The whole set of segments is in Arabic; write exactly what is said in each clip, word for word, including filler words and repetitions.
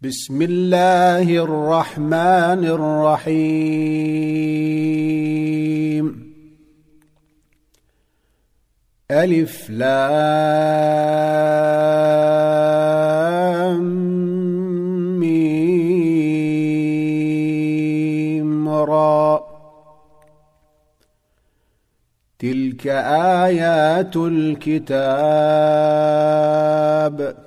بسم الله الرحمن الرحيم. ألف لام ميم را. تلك آيات الكتاب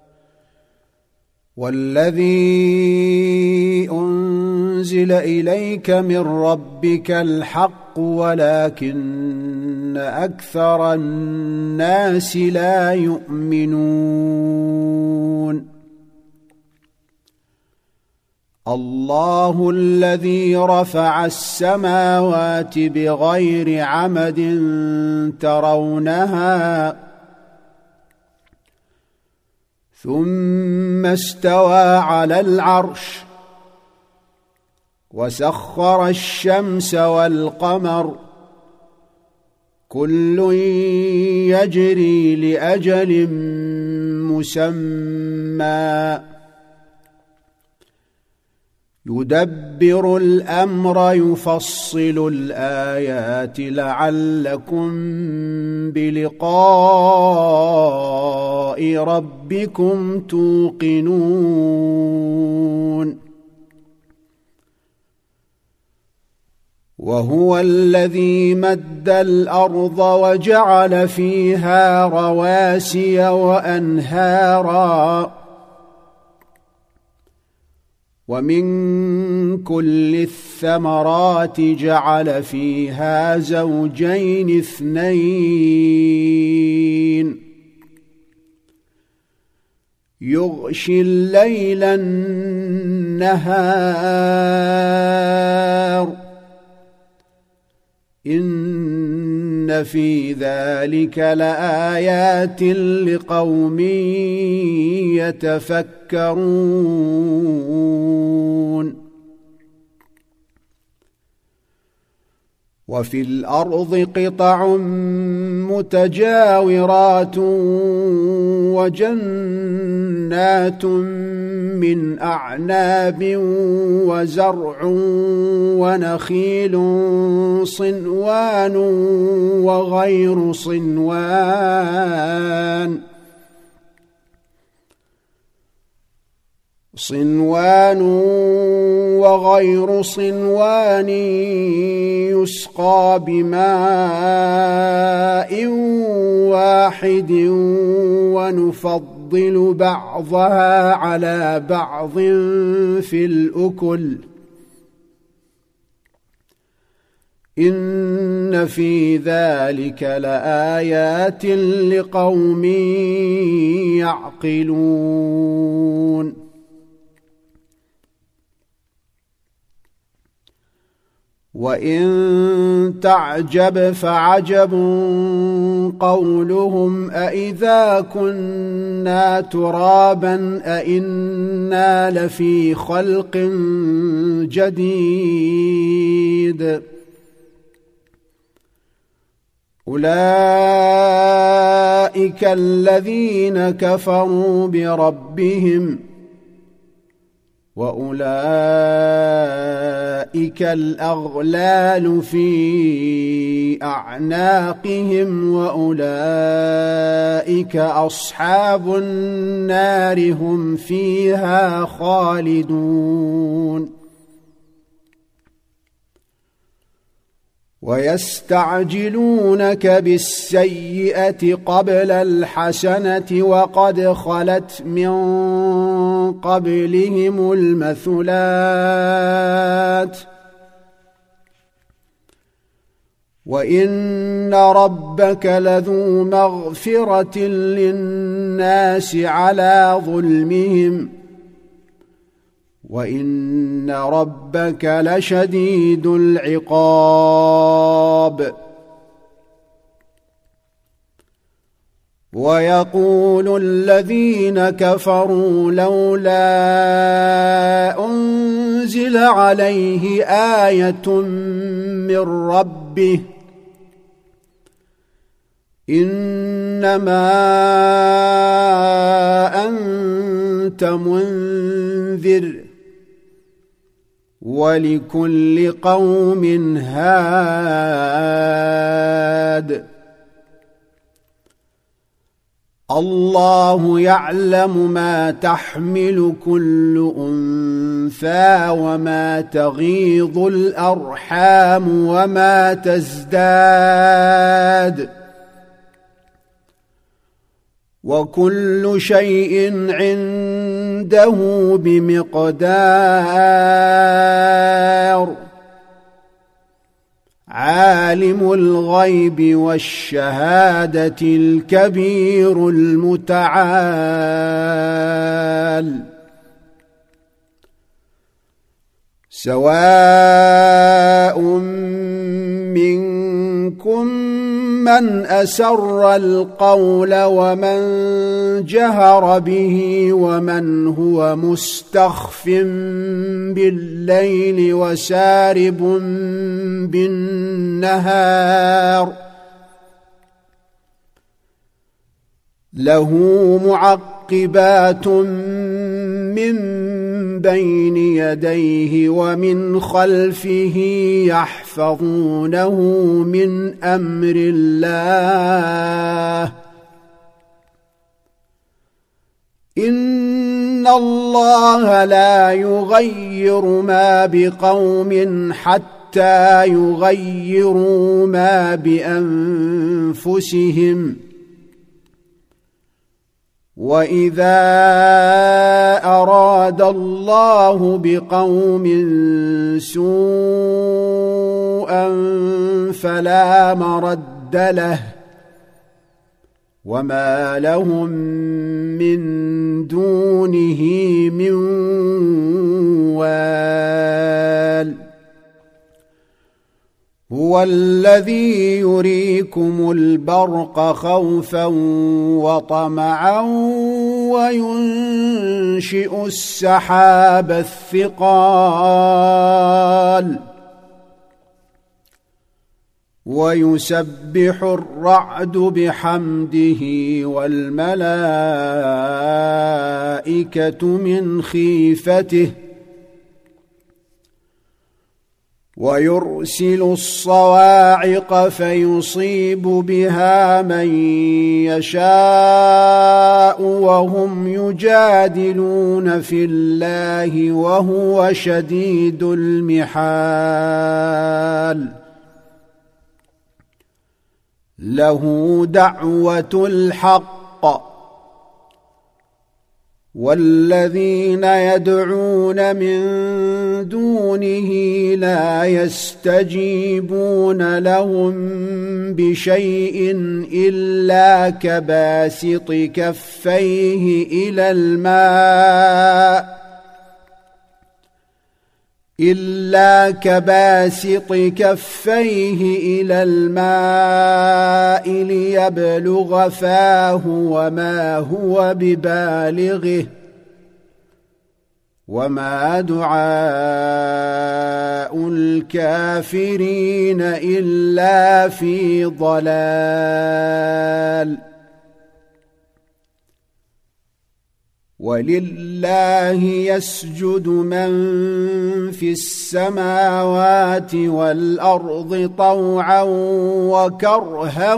والذي أنزل إليك من ربك الحق ولكن أكثر الناس لا يؤمنون. الله الذي رفع السماوات بغير عمد ترونها ثم استوى على العرش وسخر الشمس والقمر كل يجري لأجل مسمى يدبر الأمر يفصل الآيات لعلكم بلقاء ربكم توقنون. وهو الذي مد الأرض وجعل فيها رواسي وأنهارا ومن كل الثمرات جعل فيها زوجين اثنين يغشي الليل النهار إن في ذلك لآيات لقوم يتفكرون. وفي الأرض قطع متجاورات وجنات من أعناب وزرع ونخيل صنوان وغير صنوان صنوان وغير صنوان يسقى بماء واحد ونفضل بعضها على بعض في الأكل إن في ذلك لآيات لقوم يعقلون. وإن تعجب فعجب قولهم أإذا كنا ترابا أإنا لفي خلق جديد أولئك الذين كفروا بربهم وأولئك الأغلال في أعناقهم وأولئك أصحاب النار هم فيها خالدون. ويستعجلونك بالسيئة قبل الحسنة وقد خلت من قبلهم المثلات وإن ربك لذو مغفرة للناس على ظلمهم وإن ربك لشديد العقاب. ويقول الذين كفروا لولا أنزل عليه آية من ربه إنما أنزل أنت منذر ولكل قوم هاد الله يعلم ما تحمل كل أنثى وما تغيض الأرحام وما تزداد وكل شيء عنده بمقدار عالم الغيب والشهادة الكبير المتعال سواء منكم من أسر القول ومن جهر به ومن هو مستخف بالليل وسارب بالنهار له معقبات من بين يديه ومن خلفه يحفظونه من أمر الله إن الله لا يغير ما بقوم حتى يغيروا ما بأنفسهم وإذا أراد الله بقوم سوءا فلا مرد له وما لهم من دونه من وال هو الذي يريكم البرق خوفا وطمعا وينشئ السحاب الثقال ويسبح الرعد بحمده والملائكة من خيفته ويرسل الصواعق فيصيب بها من يشاء وهم يجادلون في الله وهو شديد المحال له دعوة الحق والذين يدعون من دونه لا يستجيبون لهم بشيء إلا كباسط كفيه إلى الماء إلا كباسط كفيه إلى الماء ليبلغ فاه وما هو ببالغه وما دعاء الكافرين إلا في ضلال ولله يسجد من في السماوات والأرض طوعا وكرها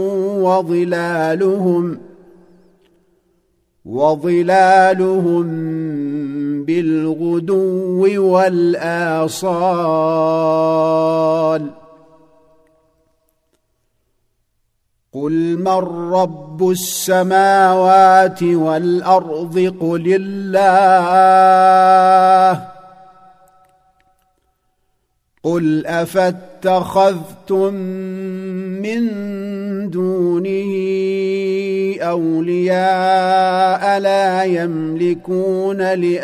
وظلالهم وظلالهم بالغدو والآصال قل من رب السماوات والأرض قل الله قل أفاتخذتم من دونه أولياء لا يملكون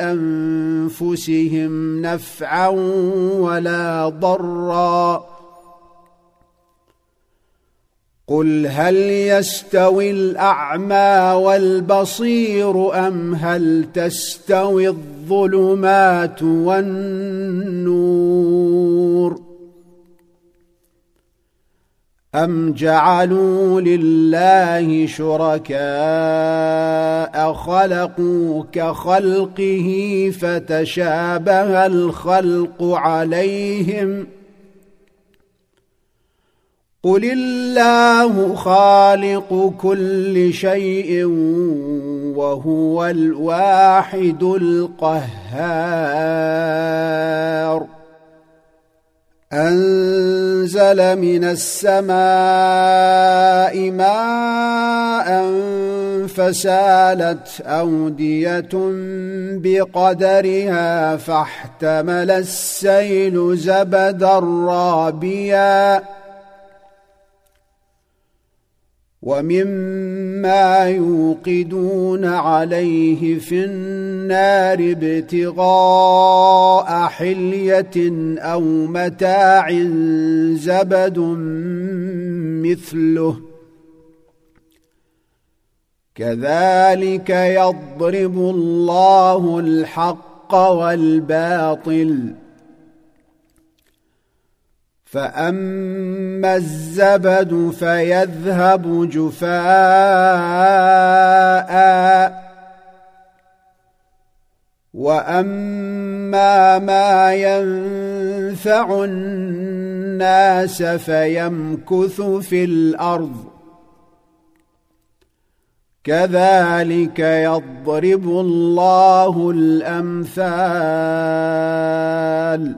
لأنفسهم نفعا ولا ضرا قل هل يستوي الأعمى والبصير أم هل تستوي الظلمات والنور أم جعلوا لله شركاء خلقوا كخلقه فتشابه الخلق عليهم قل الله خالق كل شيء وهو الواحد القهار أنزل من السماء ماء فسالت أودية بقدرها فاحتمل السيل زبدا رابيا ومما يوقدون عليه في النار ابتغاء حلية أو متاع زبد مثله كذلك يضرب الله الحق والباطل فأما الزبد فيذهب جفاء وأما ما ينفع الناس فيمكث في الأرض كذلك يضرب الله الأمثال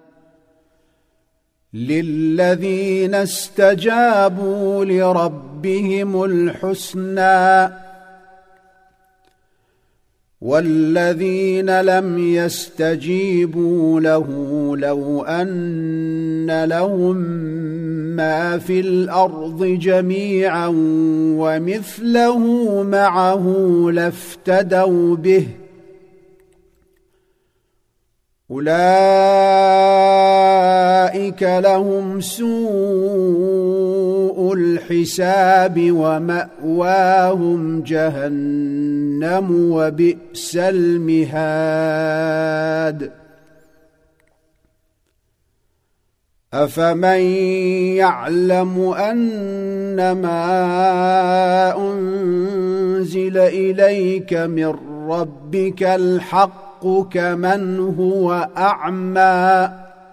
للذين استجابوا لربهم الحسنى والذين لم يستجيبوا له لو أن لهم ما في الأرض جميعا ومثله معه لافتدوا به أولئك لهم سوء الحساب ومأواهم جهنم وبئس المهاد أفمن يعلم أنما أنزل إليك من ربك الحق كمن هو أعمى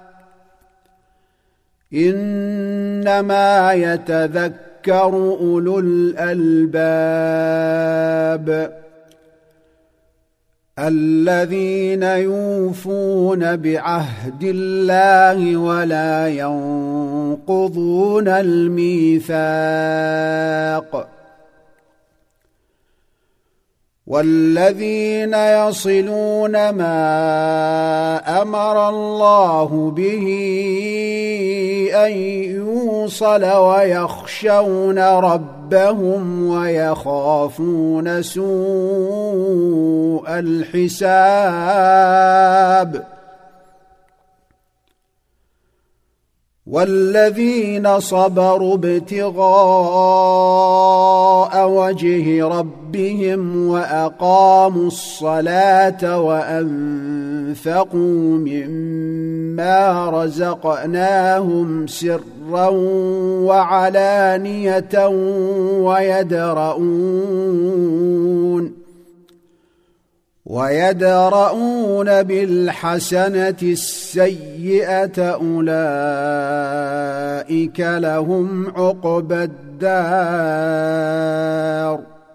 إنما يتذكر أولو الألباب الذين يوفون بعهد الله ولا ينقضون الميثاق والذين يصلون ما أمر الله به أن يوصل ويخشون ربهم ويخافون سوء الحساب والذين صبروا ابتغاء وجه ربهم وأقاموا الصلاة وأنفقوا مما رزقناهم سرا وعلانية ويدرؤون ويدرؤون بالحسنة السيئة أولئك لهم عقبى الدار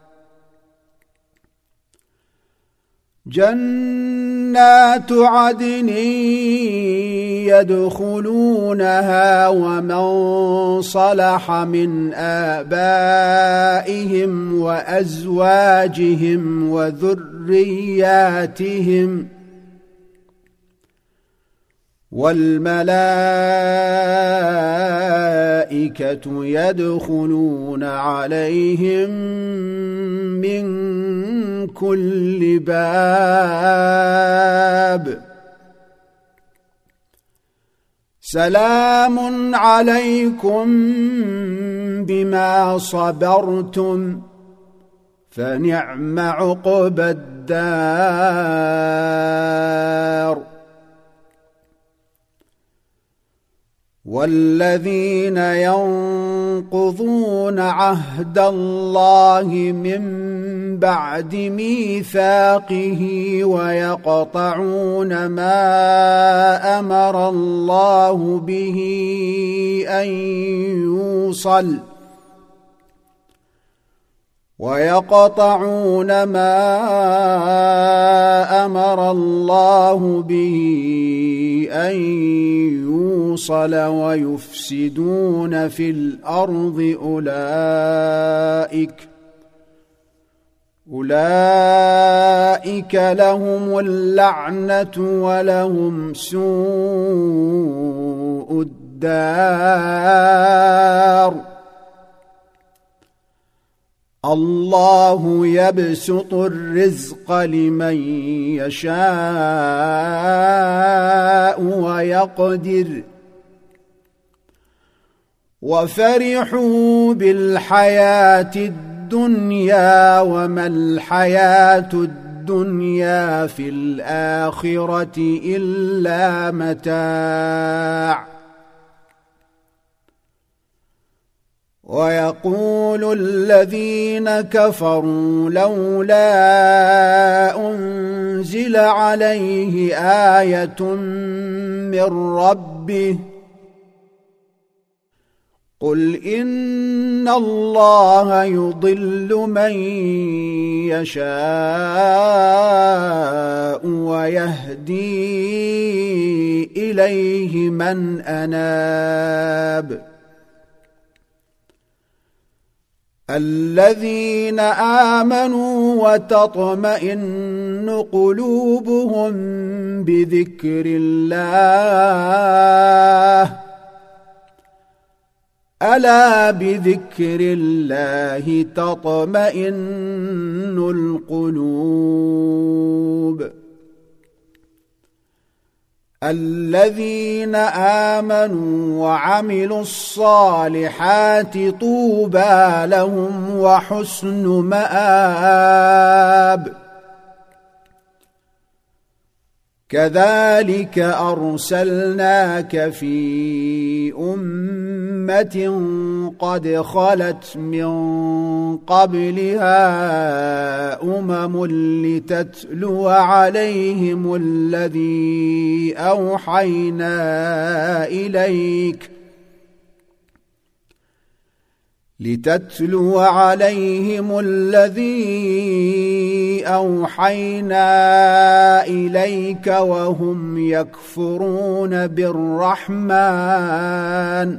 جنات عدن يدخلونها ومن صلح من آبائهم وأزواجهم وذرياتهم والملائكة يدخلون عليهم من كل باب سلام عليكم بما صبرتم فنعم عقبى الدار والذين ينقضون عهد الله من بعد ميثاقه ويقطعون ما أمر الله به أن يوصل ويقطعون ما أمر الله به أن يوصل ويفسدون في الأرض أولئك أولئك لهم اللعنة ولهم سوء الدار الله يبسط الرزق لمن يشاء ويقدر وفرحوا بالحياة الدنيا وما الحياة الدنيا في الآخرة إلا متاع ويقول الذين كفروا لولا أنزل عليه آية من ربه قل إن الله يضل من يشاء ويهدي إليه من أناب الذين آمنوا وتطمئن قلوبهم بذكر الله ألا بذكر الله تطمئن القلوب الذين آمنوا وعملوا الصالحات طوبى لهم وحسن مآب كذلك أرسلناك في أمة قد خلت من قبلها أمم لتتلو عليهم الذي أوحينا إليك لتتلو عليهم الذي أوحينا إليك وهم يكفرون بالرحمن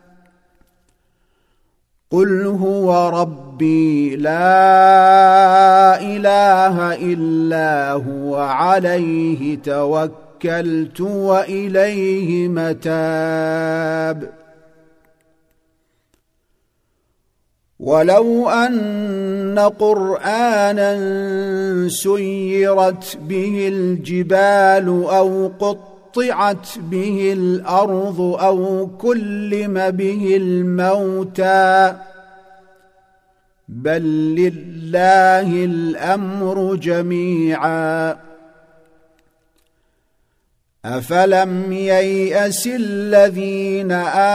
قل هو ربي لا إله إلا هو عليه توكلت وإليه متاب ولو أن قرآنا سيرت به الجبال أو قطعت به الأرض أو كلم به الموتى بل لله الأمر جميعا أفلم ييأس الذين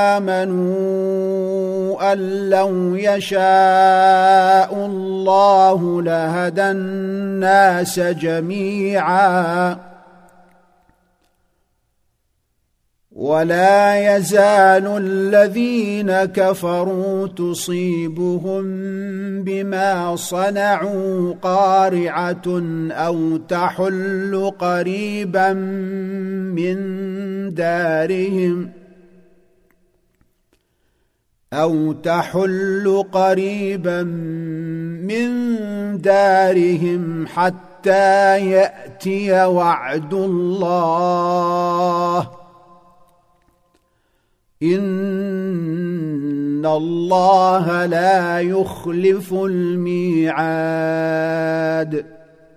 آمنوا أن لو يشاء الله لهدى الناس جميعا ولا يزال الذين كفروا تصيبهم بما صنعوا قارعة أو تحل قريبا من دارهم أو تحل قريبا من دارهم حتى يأتي وعد الله إن الله لا يخلف الميعاد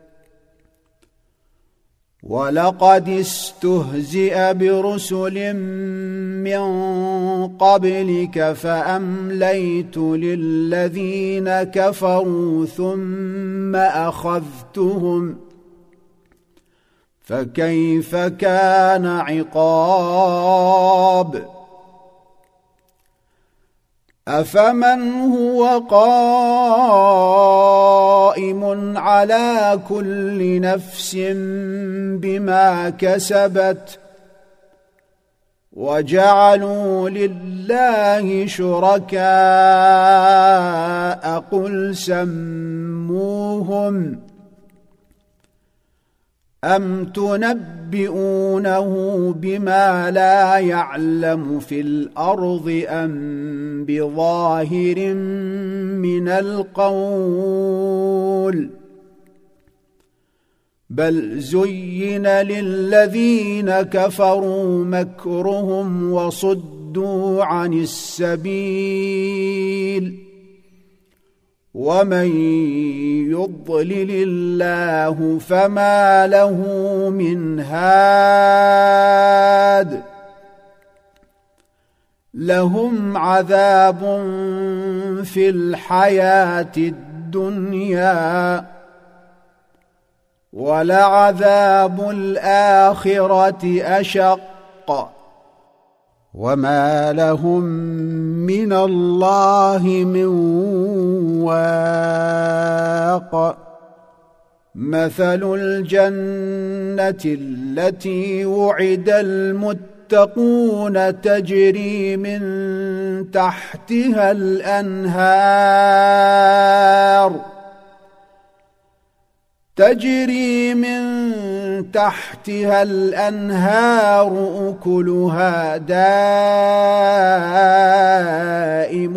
ولقد استهزئ برسل من قبلك فأمليت للذين كفروا ثم أخذتهم فكيف كان عقاب أفمن هو قائم على كل نفس بما كسبت وجعلوا لله شركاء قل سموهم أم تنبئونه بما لا يعلم في الأرض أم بظاهر من القول بل زين للذين كفروا مكرهم وصدوا عن السبيل ومن يضلل الله فما له من هاد لهم عذاب في الحياة الدنيا ولعذاب الآخرة أشق وما لهم من الله من واق مثل الجنة التي وعد المتقون تجري من تحتها الأنهار تجري من تحتها الأنهار أكلها دائم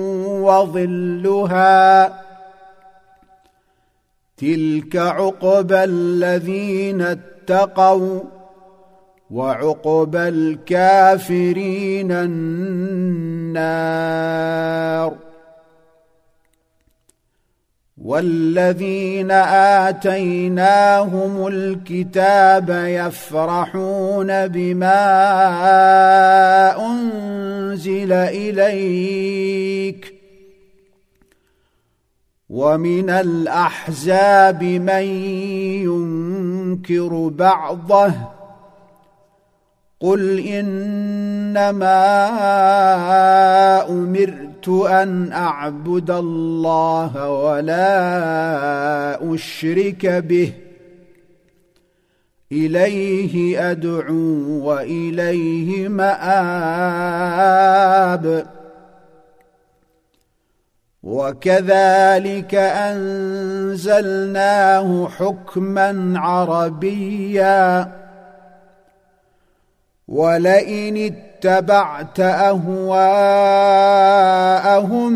وظلها تلك عقبى الذين اتقوا وعقبى الكافرين النار والذين آتيناهم الكتاب يفرحون بما أنزل إليك ومن الأحزاب من ينكر بعضه قل إنما أمرت أن أعبد الله ولا أشرك به إليه أدعو وإليه مآب وكذلك أنزلناه حكما عربيا ولئن اتبعت أهواءهم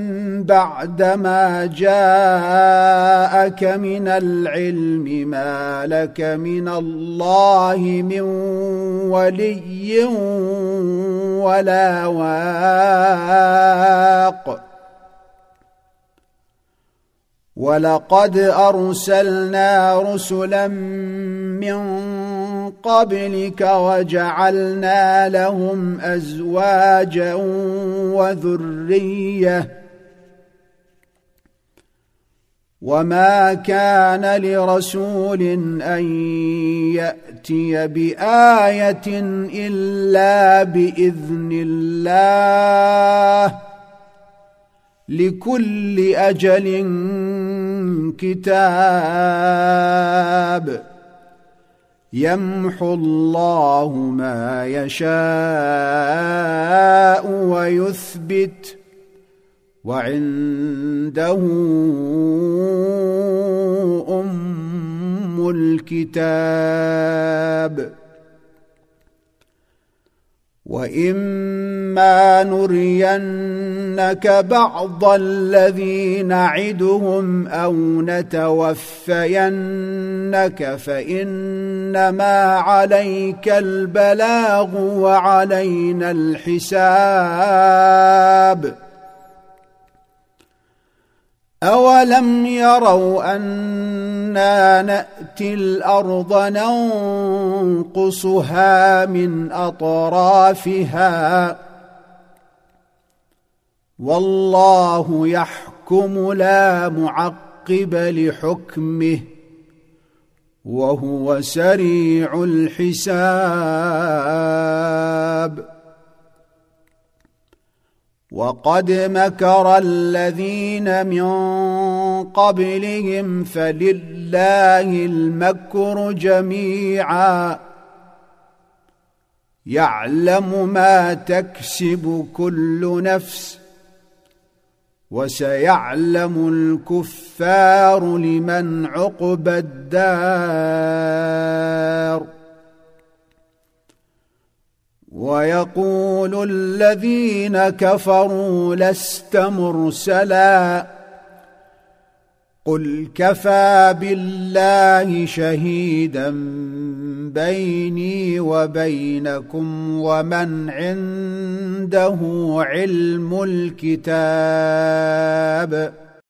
بعدما جاءك من العلم ما لك من الله من ولي ولا واق ولقد أرسلنا رسلا من قبلك وجعلنا لهم أزواجا وذرية وما كان لرسول أن يأتي بآية إلا بإذن الله لكل أجل كتاب يمحو الله ما يشاء ويثبت وعنده أم الكتاب وإما نرينك بعض الذي نعدهم أو نتوفينك فإنما عليك البلاغ وعلينا الحساب أولم يروا أنا نأتي الأرض ننقصها من أطرافها والله يحكم لا معقب لحكمه وهو سريع الحساب وقد مكر الذين من قبلهم فلله المكر جميعا يعلم ما تكسب كل نفس وسيعلم الكفار لمن عقبى الدار ويقول الذين كفروا لست مرسلا قل كفى بالله شهيدا بيني وبينكم ومن عنده علم الكتاب